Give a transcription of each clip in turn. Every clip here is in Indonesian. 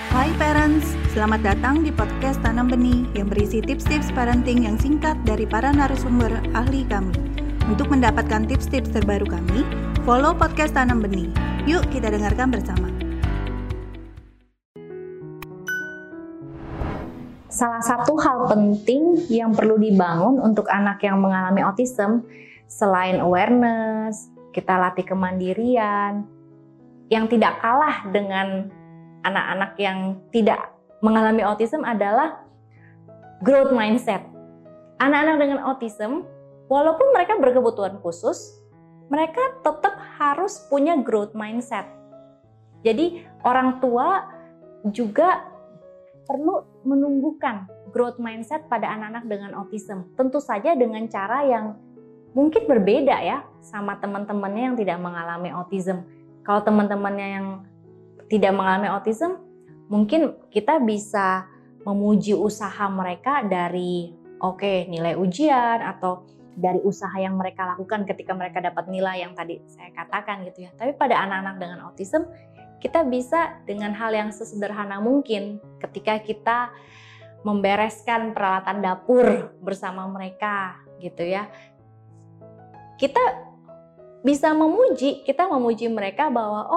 Hai parents, selamat datang di podcast Tanam Benih yang berisi tips-tips parenting yang singkat dari para narasumber ahli kami. Untuk mendapatkan tips-tips terbaru kami, follow podcast Tanam Benih. Yuk kita dengarkan bersama. Salah satu hal penting yang perlu dibangun untuk anak yang mengalami autism, selain awareness, kita latih kemandirian, yang tidak kalah dengan anak-anak yang tidak mengalami autism adalah growth mindset. Anak-anak dengan autism, walaupun mereka berkebutuhan khusus, mereka tetap harus punya growth mindset. Jadi orang tua juga perlu menumbuhkan growth mindset pada anak-anak dengan autism. Tentu saja dengan cara yang mungkin berbeda ya sama teman-temannya yang tidak mengalami autism. Kalau teman-temannya yang tidak mengalami autism, mungkin kita bisa memuji usaha mereka dari nilai ujian atau dari usaha yang mereka lakukan ketika mereka dapat nilai yang tadi saya katakan gitu ya. Tapi pada anak-anak dengan autism, kita bisa dengan hal yang sesederhana mungkin ketika kita membereskan peralatan dapur bersama mereka gitu ya. Kita bisa memuji mereka bahwa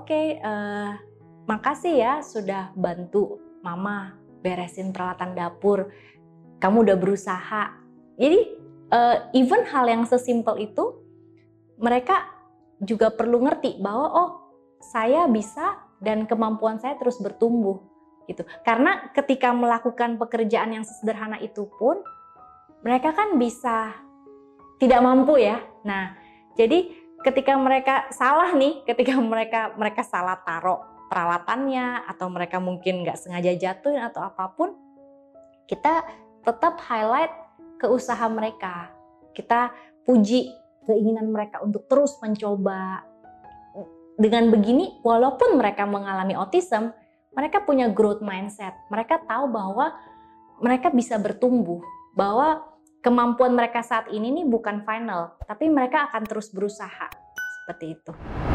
makasih ya sudah bantu mama beresin peralatan dapur, kamu udah berusaha. Jadi even hal yang sesimpel itu mereka juga perlu ngerti bahwa saya bisa dan kemampuan saya terus bertumbuh gitu. Karena ketika melakukan pekerjaan yang sederhana itu pun mereka kan bisa tidak mampu ya. Nah, jadi ketika mereka salah nih, ketika mereka salah taruh peralatannya atau mereka mungkin nggak sengaja jatuhin atau apapun, kita tetap highlight ke usaha mereka. Kita puji keinginan mereka untuk terus mencoba. Dengan begini, walaupun mereka mengalami autism, mereka punya growth mindset. Mereka tahu bahwa mereka bisa bertumbuh, bahwa kemampuan mereka saat ini nih bukan final, tapi mereka akan terus berusaha. Seperti itu.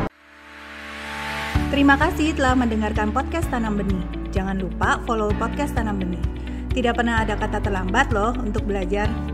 Terima kasih telah mendengarkan podcast Tanam Benih. Jangan lupa follow podcast Tanam Benih. Tidak pernah ada kata terlambat loh untuk belajar.